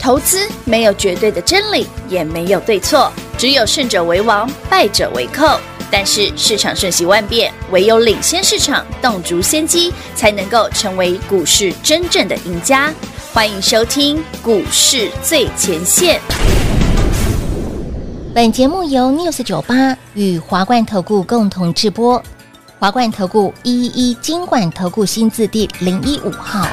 投资没有绝对的真理，也没有对错，只有胜者为王，败者为寇。但是市场瞬息万变，唯有领先市场，洞烛先机，才能够成为股市真正的赢家。欢迎收听股市最前线。 本节目由 News98 与华冠投顾共同制播，华冠投顾111金管投顾新字第015号。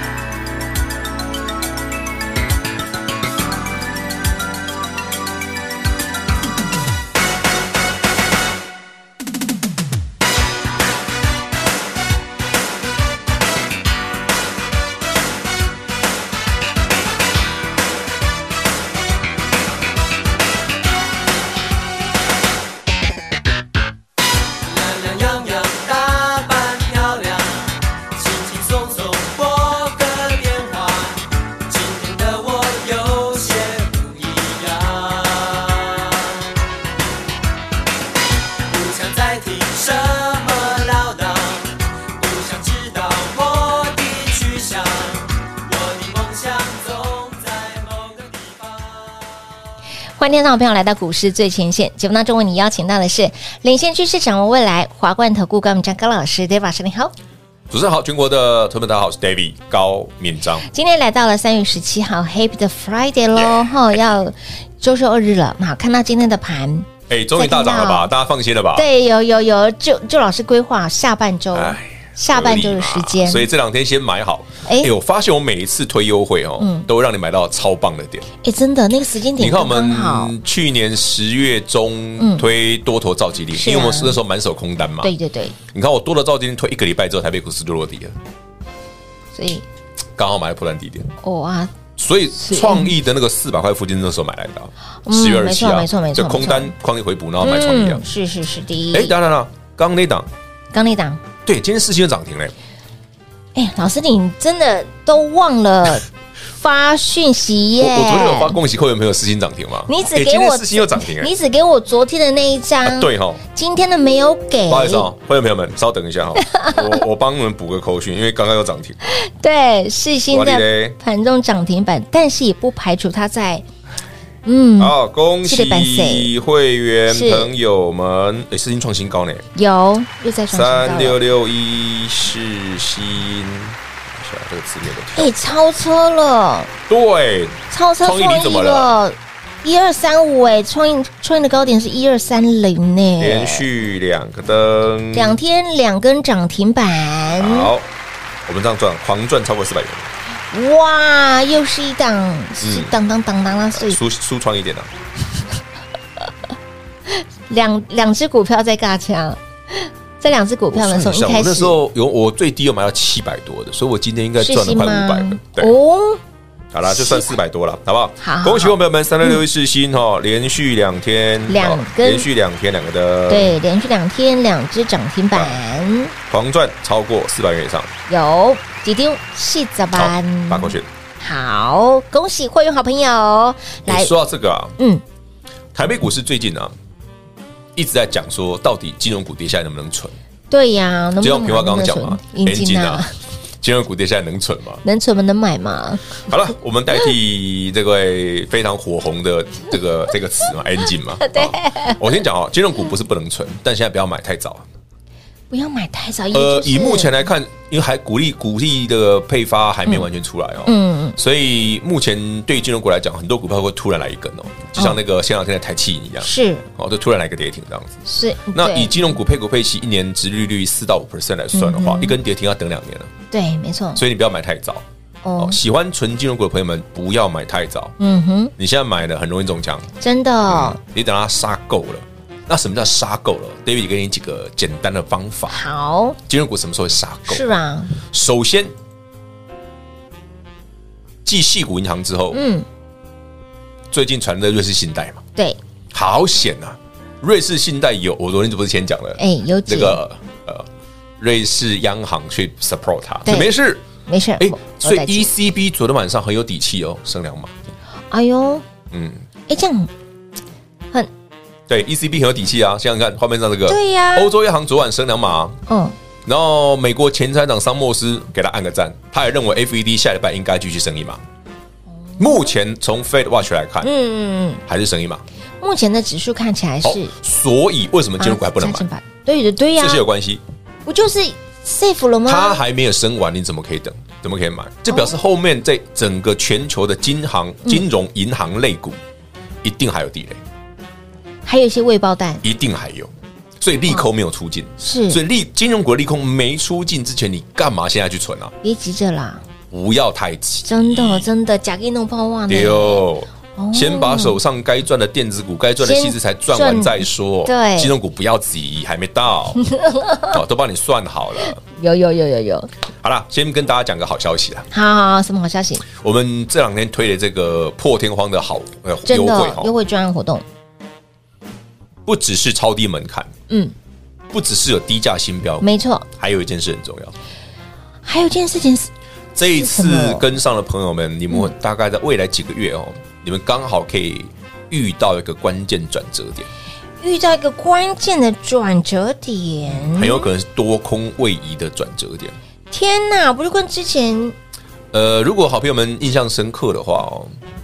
欢迎听众朋友来到股市最前线节目当中，为你邀请到的是领先趋势、掌握未来华冠投顾高敏章高老师 ，David 老师你好。 主持人好，全国的投资者大家好，我是 David 高敏章。 今天来到了3月17号 ，Happy 的 Friday 咯，哈，要周休2日了。好，看到今天的盘， 终于大涨了吧？大家放心了吧？ 对，有，就老师规划下半周。下半周的时间， 所以这2天先买好。我发现我每一次推优惠都会让你买到超棒的点。 真的那个时间点， 你看我们去年10月中推多头兆基力，因为我们那时候满手空单嘛。 对， 你看我多头兆基力推1个礼拜之后，台北股市就落底了， 所以刚好买了波段低点。 哇！ 所以创意的那个400块附近那时候买来的，10月27号， 没错， 就空单旷力回补，然后买创意啊。 是第一。 当然了，刚那档。对，今天世新涨停嘞。 老师，你真的都忘了发讯息耶！ 我昨天有发恭喜会员朋友世新涨停吗？ 你只给我世新又涨停你只给我昨天的那一张， 对哈， 今天的没有给。 不好意思会员朋友们，稍等一下我帮你们补个口讯，因为刚刚又涨停。 对，世新在盘中涨停板，但是也不排除它在。 好，恭喜会员朋友们！世新创新高呢， 又在创新高 3661世新，这个字念的超车了， 对， 超车创意怎么了？1235创意的高点是1230呢， 连续2个灯 ，2天2根涨停板。 好，我们这样狂赚超过400元。 哇，又是一档，是当所以输创一点的。 两只股票在尬枪，这2只股票呢，从一开始， 那时候我最低有买到700多的，所以我今天应该赚了快500个。对好啦，就算400多了，好不好？ 好， 恭喜我们3661世新连续2天连续2天2个灯， 对，连续2天2只涨停板， 狂赚超过400元以上， 有几丢40万 ，8口讯。 好，恭喜会员好朋友。来， 说到这个台北股市最近一直在讲说，到底金融股跌下来能不能存？ 对呀， 就像平花刚刚讲嘛， 银金啊。 金融股跌下来能存吗？ 能存吗？能买吗？ 好了，我们代替这位非常火红的这个词嘛 ，engine 嘛。 对， 我先讲金融股不是不能存，但现在不要买太早。 不要买太早。 以目前来看，因为还股利的配发还没完全出来所以目前对金融股来讲，很多股票会突然来一根就像那个前2天的台企一样， 是就突然来一个跌停这样子。 是， 那以金融股配股配息1年殖利率4到5% 来算的话，一根跌停要等2年了。 对，没错。 所以你不要买太早。喜欢纯金融股的朋友们，不要买太早。你现在买了很容易中枪， 真的。 你等它杀够了。那什么叫杀够了 ？David 给你几个简单的方法。 好， 金融股什么时候会杀够？ 是啊， 首先继矽谷银行之后，最近传的瑞士信贷嘛， 对， 好险啊！瑞士信贷有，我昨天不是先讲了， 有这个瑞士央行去 support 它，没事，所以 ECB 昨天晚上很有底气升2码。 哎呦，这样很。 对 ECB 很有底气啊，想想看画面上这个， 对呀， 欧洲央行昨晚升2码，然后美国前财长桑莫斯给他按个赞，他也认为 FED 下礼拜应该继续升1码。 目前从 Fed Watch 来看，还是升一码。 目前的指数看起来是， 所以为什么金融股还不能买？ 对呀， 这些有关系， 不就是 safe 了吗？ 它还没有升完，你怎么可以等？怎么可以买？这表示后面在整个全球的金融银行类股，一定还有地雷， 还有一些未爆弹， 一定还有。所以利空没有出尽， 是， 所以金融股的利空没出尽之前，你干嘛现在去存啊？ 别急着啦， 不要太急， 真的，假给弄泡哇呢。 对哦。先把手上该赚的电子股、该赚的矽智财赚完再说。 对， 金融股不要急，还没到，都帮你算好了。 有。 好了，先跟大家讲个好消息啦。 好，什么好消息？ 我们这2天推的这个破天荒的好优惠专案活动， 不只是超低门槛，不只是有低价新标， 没错， 还有一件事很重要。 还有一件事情是， 这一次跟上的朋友们，你们大概在未来几个月你们刚好可以遇到一个关键转折点， 遇到一个关键的转折点， 很有可能是多空位移的转折点。 天哪，不是跟之前如果好朋友们印象深刻的话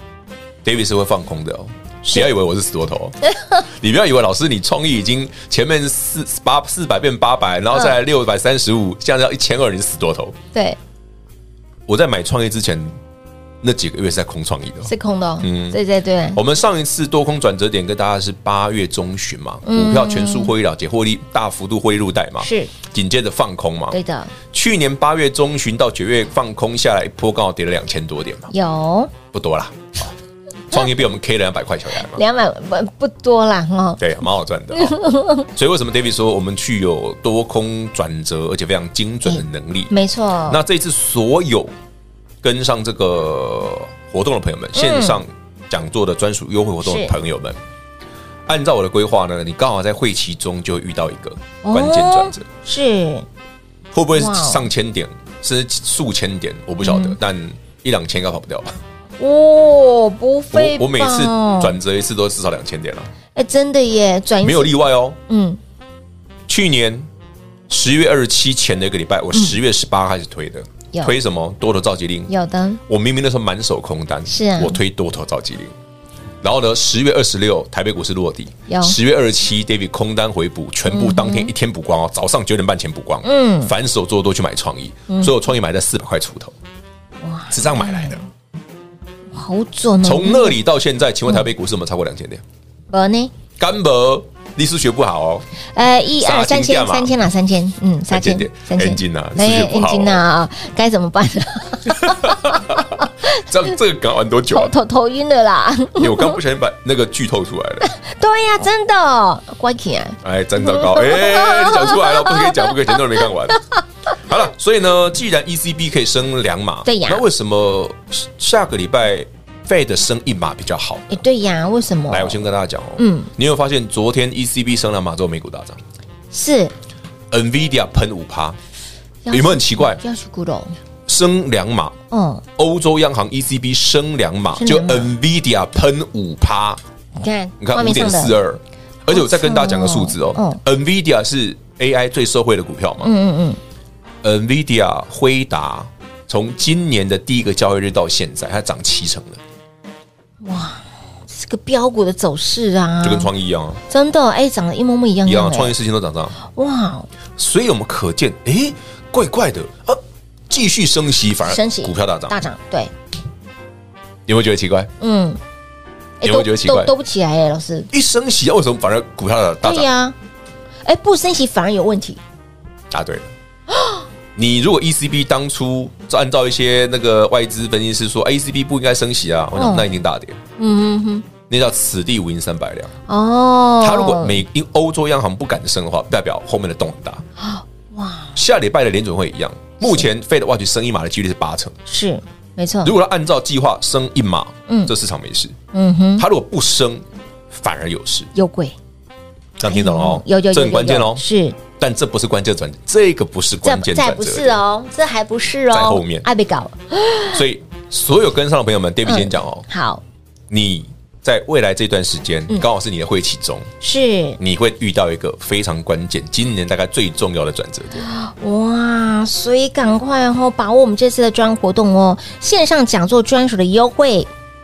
David 是会放空的不要以为我是死多头你不要以为老师你创意已经前面400变800，然后再来635，现在要1200，你是死多头。 对， 我在买创意之前那几个月是在空创意的， 是空的对。 我们上一次多空转折点跟大家是8月中旬嘛，股票全数获利了结，获利大幅度获利入袋嘛， 是紧接着放空嘛， 对的。去年8月中旬到9月放空下来一波，刚好跌了2000多点嘛， 有不多啦。创业被我们 K 了200块小来嘛 ，200不多啦对，蛮好赚的所以为什么 David 说我们具有多空转折而且非常精准的能力？ 没错。 那这一次所有跟上这个活动的朋友们，线上讲座的专属优惠活动的朋友们，按照我的规划呢，你刚好在会期中就会遇到一个关键转折， 是会不会上千点，甚至数千点，我不晓得，但1-2千应该跑不掉吧。 不费吧， 我每次转折一次都至少2000点了。 真的耶，转没有例外去年10月27前的一个礼拜，我10月18开始推的，推什么多头召集令？ 有的。 我明明那时候满手空单， 是啊， 我推多头召集令。然后呢，10月26台北股市落底，10月27 David 空单回补，全部当天一天补光早上9点半前补光，反手做多去买创意，所以我创意买在400块出头，哇，是这样买来的。 好准从那里到现在，请问台北股市有没有超过2000点？ 没呢， 干不？历史学不好 1、2、3千啦，3000，3000， 很紧啊，数学不好啊，该怎么办呢？ 这个刚玩多久？ 头晕了啦！ 我刚不小心把那个剧透出来了。 对呀，真的，乖起来！ 真糟糕！你讲出来了，不可以讲，前段没看完。好了，所以呢，既然 ECB 可以升2码， 对呀， 那为什么下个礼拜 Fed 升1码比较好？ 对呀，为什么？ 来，我先跟大家讲你有发现昨天 ECB 升2码之后，美股大涨， 是 NVIDIA 喷5%，有没有很奇怪？ 要去鼓动。 升2码，欧洲央行 ECB 升2码，就 NVIDIA 喷5%，你看5.42，而且我再跟大家讲个数字NVIDIA 是 AI 最受惠的股票嘛，NVIDIA 辉达从今年的第一个交易日到现在，它涨70%了， 哇，这个标股的走势啊， 就跟创意一样真的涨得一模模一样， 创意事情都涨这样， 哇， 所以我们可见，怪怪的继续升息，反而股票大涨，对，有没有觉得奇怪？有没有觉得奇怪？ 都不起来老师， 一升息为什么反而股票大涨？ 对呀，不升息反而有问题。 答对了。你如果 ECB 当初按照一些那个外资分析师说，ECB 不应该升息啊，我想那一定大跌。那叫此地无银300两。他如果欧洲央行不敢升的话，代表后面的洞很大。哇！下礼拜的联准会一样，目前 Fed Watch 升1码的几率是80%， 是没错。 如果他按照计划升1码，这市场没事。他如果不升，反而有事， 有鬼。 这样听懂了哦？ 有， 这很关键哦。 是， 但这不是关键转折，这个不是关键转折， 不是哦，这还不是哦， 在后面爱被搞。 所以所有跟上的朋友们 ，David 先讲哦。 好， 你在未来这段时间，刚好是你的会期中， 是你会遇到一个非常关键，今年大概最重要的转折点。 哇，所以赶快把握我们这次的专活动线上讲座专属的优惠。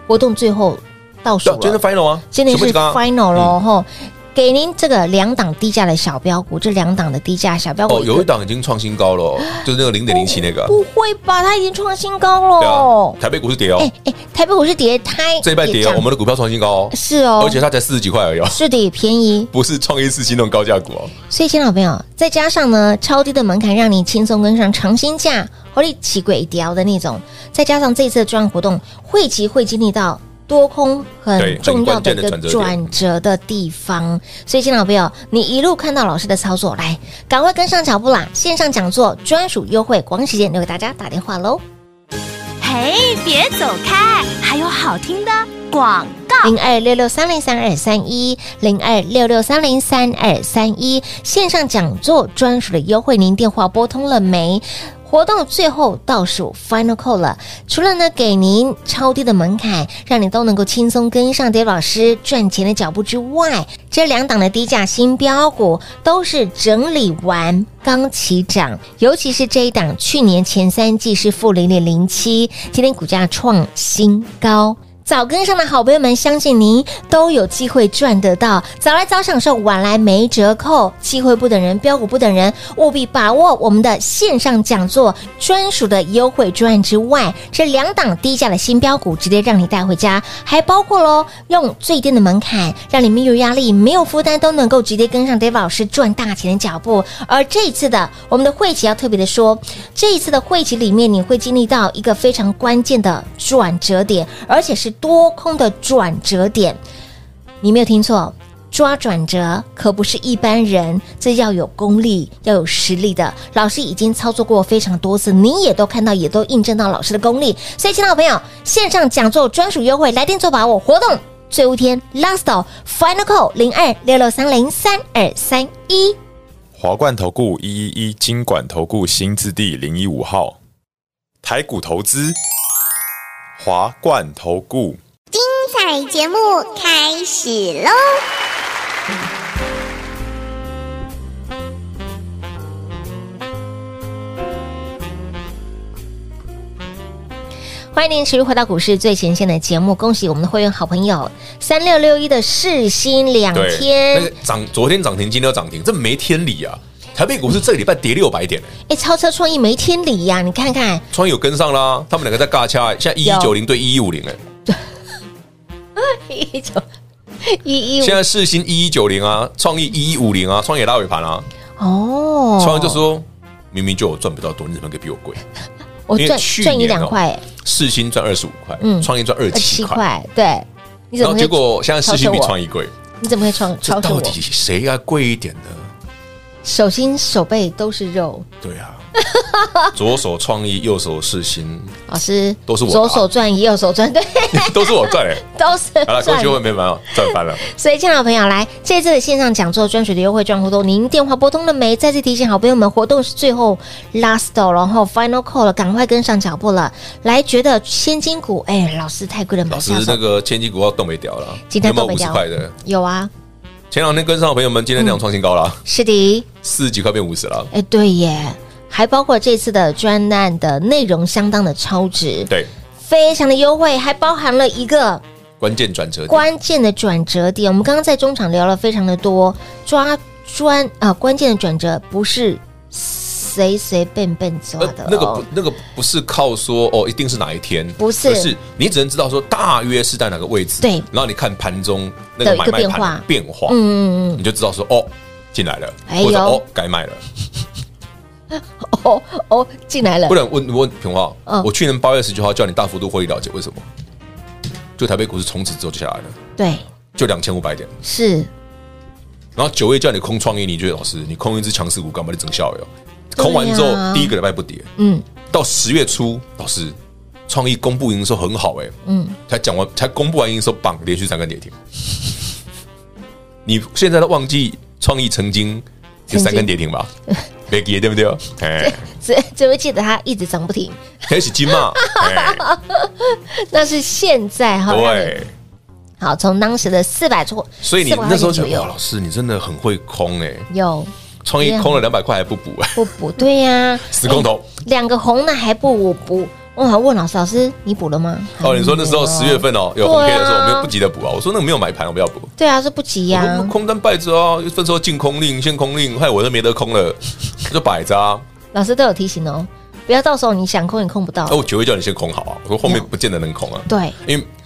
活动最后倒数了， 今天 final 啊， 今天是 final 咯吼。给您这个2档低价的小标股，这2档的低价小标股， 有一档已经创新高了，就是那个0.07那个。 不会吧？它已经创新高了。 对啊，台北股市跌哦。 台北股市跌， 这一拜跌哦，我们的股票创新高哦。 是哦， 而且它才40几块而已哦。 是的，便宜， 不是创业世新那种高价股哦。 所以，亲爱的朋友，再加上呢，超低的门槛，让你轻松跟上长新价，火力起轨调的那种，再加上这一次的专案活动，会经历到多空很重要的一个转折的地方，所以，亲爱的朋友，你一路看到老师的操作，来，赶快跟上脚步啦！线上讲座专属优惠，广告时间留给大家打电话喽。 嘿，别走开，还有好听的广告。 0266303231，0266303231，线上讲座专属的优惠，您电话拨通了没？活动最后倒数 final call 了，除了呢给您超低的门槛，让你都能够轻松跟上 David 老师赚钱的脚步之外，这2档的低价新标股都是整理完刚起涨，尤其是这一档去年前3季是负0.07，今天股价创新高。早跟上的好朋友们，相信您都有机会赚得到。早来早享受，晚来没折扣。机会不等人，标股不等人，务必把握我们的线上讲座专属的优惠专案之外，这2档低价的新标股直接让你带回家，还包括咯用最低的门槛，让你没有压力、没有负担，都能够直接跟上 David 老师赚大钱的脚步。而这一次的我们的会期要特别的说，这一次的会期里面，你会经历到一个非常关键的转折点，而且是多空的转折点，你没有听错，抓转折可不是一般人，这要有功力，要有实力的。老师已经操作过非常多次，你也都看到，也都印证到老师的功力。所以，亲爱的朋友，线上讲座专属优惠，来电做把握，活动最后一天 ，last final call 0266303231。 华冠投顾111金管投顾新字第015号，台股投资，华冠投顾。 彩节目开始喽！ 欢迎您持续回到股市最前线的节目，恭喜我们的会员好朋友3661的世新2天， 那个昨天涨停，今天又涨停，这没天理啊！台北股市这个礼拜跌600点， 超车创意没天理呀！你看看， 创意有跟上啦，他们2个在尬掐，现在1190对1150 1190， 现在世新1190啊，创意1150啊，创意也拉尾盘啊。 哦， 创意就说明明就我赚比较多，你怎么可以比我贵？ 我赚1-2块， 世新赚25块，创意赚27块， 对，你怎么？ 然后结果现在世新比创意贵， 你怎么会超过我？ 到底谁要贵一点呢？ 手心手背都是肉， 对啊。左手创意，右手世新， 老师都是我左手赚，右手赚，对， 都是我赚都是好了，恭喜我没办法赚翻了。 所以，亲爱的朋友，来这次的线上讲座专属的优惠赚活动，您电话拨通了没？再次提醒好朋友们，活动是最后 last， 然后 final call 了，赶快跟上脚步了。来，觉得千金股，老师太贵了， 老师那个千金股要动没掉了， 今天动没掉，有没有50块的？ 有啊。 前2天跟上的朋友们，今天量创新高了， 是的 ，40几块变50了。 对耶。还包括这次的专案的内容相当的超值， 对， 非常的优惠，还包含了一个关键转折点。 关键的转折点，我们刚刚在中场聊了非常的多，关键的转折不是随便抓的， 那个不是靠说一定是哪一天， 不是， 而是你只能知道说大约是在哪个位置， 对， 然后你看盘中那个买卖盘变化，你就知道说进来了，或者该卖了。 进来了。 不然问平话，我去年8月19号叫你大幅度获利了结，为什么？就台北股市从此之后就下来了， 对， 就2500点是。 然后9月叫你空创意，你觉得老师你空一只强势股干嘛？你整笑哟！空完之后第1个礼拜不跌，到10月初，老师创意公布营收很好才公布完营收，绑连续3根跌停。你现在都忘记创意曾经有3根跌停吧？没跌对不对？ 只会记得它一直涨不停， 开始金嘛？ 那是现在哈。 对， 好，从当时的400多， 所以你那时候觉得哇，老师你真的很会空有创意空了200块还不补不补，对呀， 死空头 2个红的还不补， 我还问老师，你补了吗？ 你说那时候10月份有红 K 的时候，我们又不急着补啊。我说那个没有买盘，我不要补。 对啊，是不急呀。 空单摆着啊，分手净空令、限空令，害我都没得空了，就摆着啊。 老师都有提醒哦，不要到时候你想空也空不到。 我9月叫你先空好啊，我说后面不见得能空啊。 对， 因为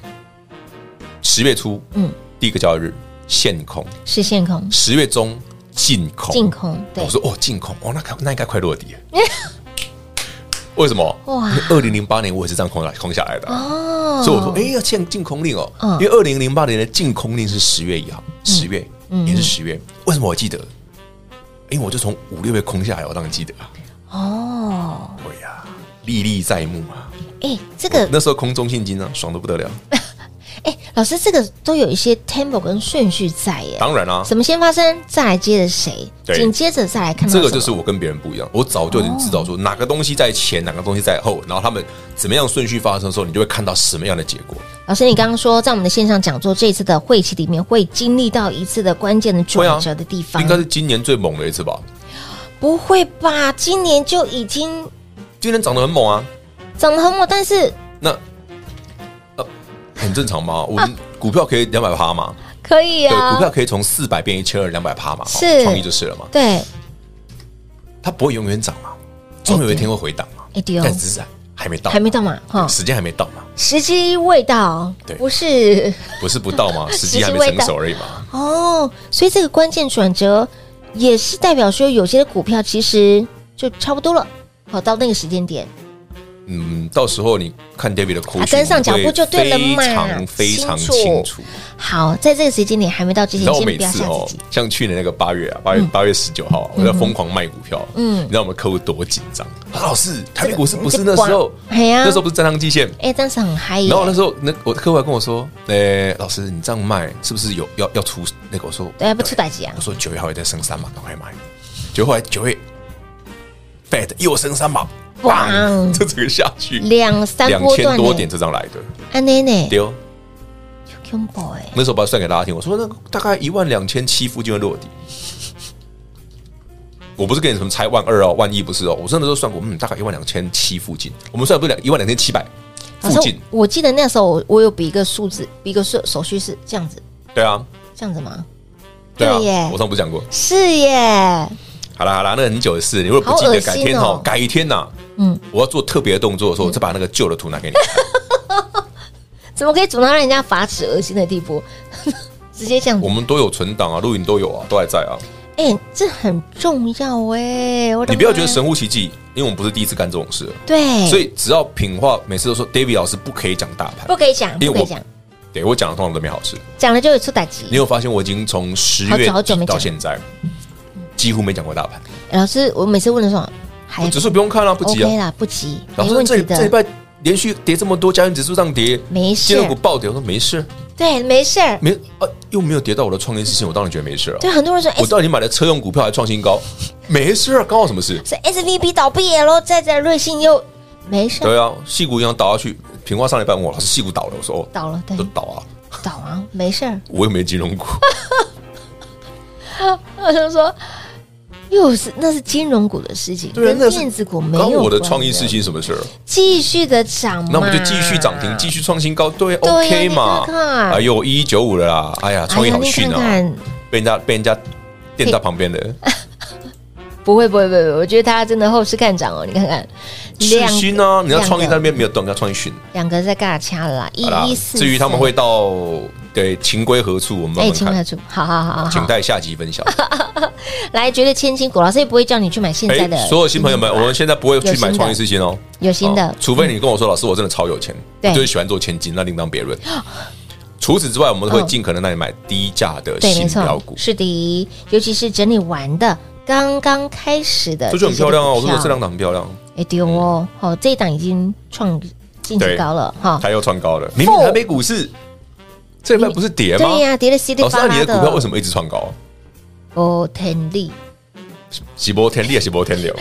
10月初，第一个交易日限空， 是限空。 10月中净空， 净空。对， 我说净空，那应该快落底。为什么？ 哇 ！2008年我也是这样空下来的哦，所以我说，要限净空令哦，因为2008年的净空令是10月1号，10月也是10月。为什么我记得？因为我就从5、6月空下来，我当然记得啊。哦，对呀，历历在目啊。 这个那时候空中信金啊，爽得不得了。 老师，这个都有一些 tempo 跟顺序在耶。 当然啦， 什么先发生，再来接着谁，紧接着再来看到这个就是我跟别人不一样，我早就已经知道说哪个东西在前，哪个东西在后，然后他们怎么样顺序发生的时候，你就会看到什么样的结果。 老师，你刚刚说在我们的线上讲座这一次的会期里面，会经历到一次的关键的转折的地方， 应该是今年最猛的一次吧？ 不会吧？今年就已经今年涨得很猛啊， 涨得很猛，但是那很正常嘛，我们股票可以200%嘛， 可以啊， 对，股票可以从400变1200%嘛， 是创意就是了嘛， 对， 它不会永远涨嘛，总有一天会回档嘛，但只是还没到嘛， 时间还没到嘛， 时机未到， 对， 不是不到嘛，时机还没成熟而已嘛， 哦，所以这个关键转折也是代表说，有些股票其实就差不多了，到那个时间点。 到时候你看 David 的口跟上脚步就对了嘛， 非常清楚。 好，在这个时间点还没到之前，先不要吓自己。 像去年那个8月啊，8月19号，我在疯狂卖股票，你知道我们客户多紧张？老师，台北股市不是那时候，那时候不是站上季线， 但是很嗨。 然后那时候，我的客户还跟我说，老师，你这样卖是不是要出那个？我说对，不出代级啊。 我说9月还会再升3码，赶快买。结果后来9月 ，Fed 又升3码。哇！就这个下去2000多点，这张来的， 安内呢？ 丢，那时候把它算给大家听，我说那大概12700附近会落地。我不是跟你什么猜12000哦，1亿不是哦，我真的都算过，大概12700附近。我们算不是12700附近。我记得那时候我有比一个数字，比一个手续是这样子。 对啊， 这样子吗？ 对啊，我上不是讲过？ 是耶。 好啦，那很久的事，你如果不记得，改天呐，我要做特别的动作的时候，我再把那个旧的图拿给你看。 怎么可以走到让人家发指恶心的地步？直接这样子， 我们都有存档啊，录影都有啊，都还在啊。 这很重要你不要觉得神乎其技，因为我们不是第一次干这种事了。 对， 所以只要品话，每次都说 David 老师不可以讲大盘， 不可以讲，不可以讲。 对我讲的通常都没好事， 讲了就会出打击。 你有发现我已经从10月底到现在，几乎没讲过大盘。 老师，我每次问的时候， 指数不用看了，不急啊， OK 啦，不急。 老师，这礼拜连续跌这么多，加权指数上跌， 没事。 金融股暴跌，我说没事， 对，没事， 又没有跌到我的创业之前，我当然觉得没事了。 对，很多人说， 我到底买的车用股票还创新高，没事啊，关我什么事？ 是 SVP 倒闭了，再瑞信又没事。 对啊，矽谷银行倒下去，平花上礼拜问我，老师矽谷倒了，我说倒了，对， 都倒啊，没事。 我又没金融股， 我就说。那是金融股的事情，跟电子股没有关。 我的创意事情什么事？ 继续的涨嘛， 那我们就继续涨停，继续创新高，对 ，OK 嘛？哎呦，1195了啦！哎呀，创意好逊啊，被人家垫到旁边的。 不会，我觉得他真的后市看涨哦，你看看， 是勋啊！你要创意那边没有动，要创意勋， 两个在尬掐了啦，1144。 至于他们会到对情归何处，我们慢慢看。 情归何处？好， 请待下集分享。 来，绝对千金股，老师也不会叫你去买现在的。 所有新朋友们，我们现在不会去买创意世新哦， 有新的， 除非你跟我说，老师我真的超有钱，就是喜欢做千金，那另当别论。除此之外，我们会尽可能让你买低价的新标股。 是的，尤其是整理完的。刚刚开始的， 这就很漂亮啊！我说这两档很漂亮， 对哦，好，这一档已经创新高了哈， 它又创高了。明明台北股市这礼拜不是跌吗？ 对呀，跌了稀里哗啦的。 老师，你的股票为什么一直创高？ 天力， 是波天力还是波天流？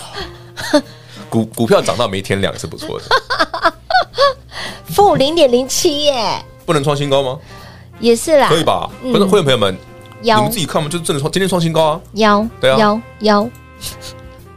股票涨到没天亮是不错的。 负0.07耶， 不能创新高吗？ 也是啦， 可以吧？会员朋友们。你们自己看嘛，就是真的今天创新高啊！ 对啊，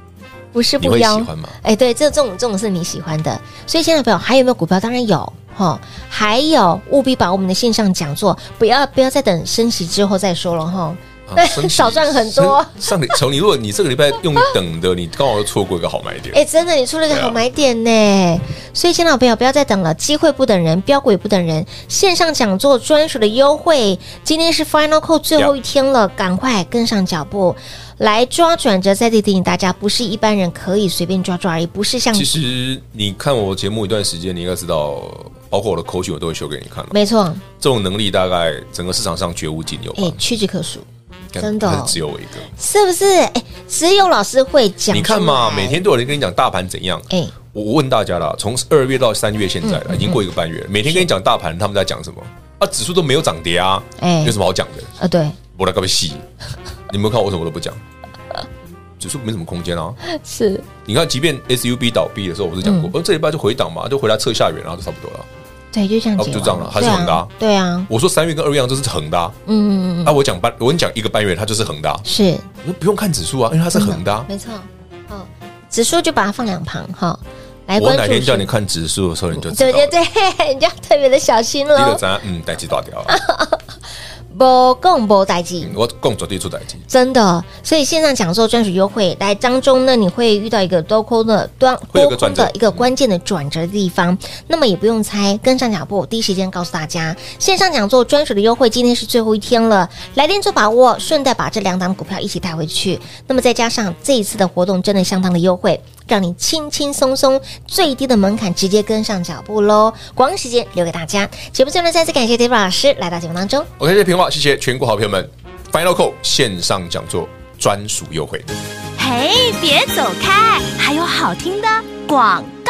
不是你会不邀喜欢吗？ 哎，对，这种是你喜欢的。所以，现在朋友还有没有股票？当然有哈，还有务必把我们的线上讲座，不要再等升息之后再说了哈。少赚很多。 从如果你这个礼拜用等的，你刚好错过一个好买点。 哎，真的，你出了一个好买点呢。所以，亲爱的朋友，不要再等了，机会不等人，标股也不等人。线上讲座专属的优惠，今天是 Final Call 最后一天了，赶快跟上脚步。来抓转折，再次提醒大家，不是一般人可以随便抓而已，不是像。 其实你看我节目一段时间，你应该知道，包括我的口讯，我都会秀给你看了。 没错， 这种能力大概整个市场上绝无仅有吧。 哎，屈指可数，真的， 只有我一个， 是不是？哎，只有老师会讲。 你看嘛，每天都有人跟你讲大盘怎样。哎，我问大家啦，从2月到3月，现在已经过一个半月了，每天跟你讲大盘，他们在讲什么？啊，指数都没有涨跌啊，有什么好讲的？对，我来个屁戏。你们看我什么都不讲，指数没什么空间啊。是，你看，即便 SUB 倒闭的时候，我不是讲过，这礼拜就回档嘛，就回来测下缘，然后就差不多了。对，就这样，就这样了，还是横的啊。对啊，我说3月跟2月一样，这是横的啊。我讲一个半月，它就是横的啊。是，我不用看指数啊，因为它是横的啊。没错，指数就把它放两旁哈。来，我哪天叫你看指数的时候，你就知道。对，你就要特别的小心了。你就知代志大条。不讲不代志，我讲绝对出代志，真的。所以线上讲座专属优惠来当中呢，你会遇到一个多空的一个关键的转折的地方。那么也不用猜，跟上脚步，第一时间告诉大家，线上讲座专属的优惠今天是最后一天了，来电做把握，顺带把这2档股票一起带回去。那么再加上这一次的活动真的相当的优惠，让你轻轻松松最低的门槛直接跟上脚步喽。广告时间留给大家，节目最后再次感谢 David 老师来到节目当中。OK， 谢谢平话，谢谢全国好朋友们 ，Final Call 线上讲座专属优惠。 嘿，别走开，还有好听的广告。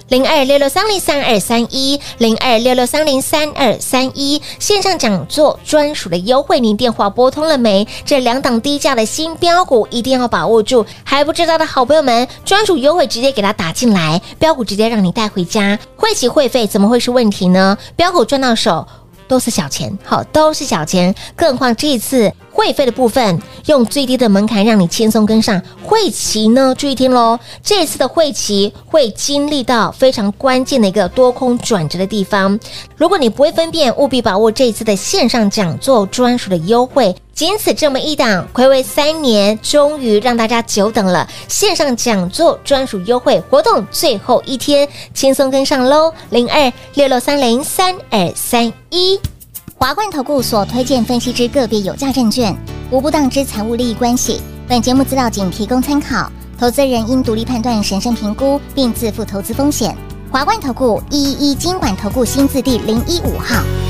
0266303231，0266303231，线上讲座专属的优惠，您电话拨通了没？这2档低价的新标股一定要把握住，还不知道的好朋友们，专属优惠直接给它打进来，标股直接让你带回家，会期会费怎么会是问题呢？标股赚到手都是小钱，好，都是小钱，更何况这一次会费的部分用最低的门槛让你轻松跟上，会期呢注意听咯，这次的会期会经历到非常关键的一个多空转折的地方，如果你不会分辨，务必把握这一次的线上讲座专属的优惠，仅此这么一档，睽违3年，终于让大家久等了，线上讲座专属优惠活动最后一天，轻松跟上咯，0266303231。 华冠投顾所推荐分析之个别有价证券，无不当之财务利益关系。本节目资料仅提供参考，投资人应独立判断、审慎评估，并自负投资风险。华冠投顾111金管投顾新字第015号。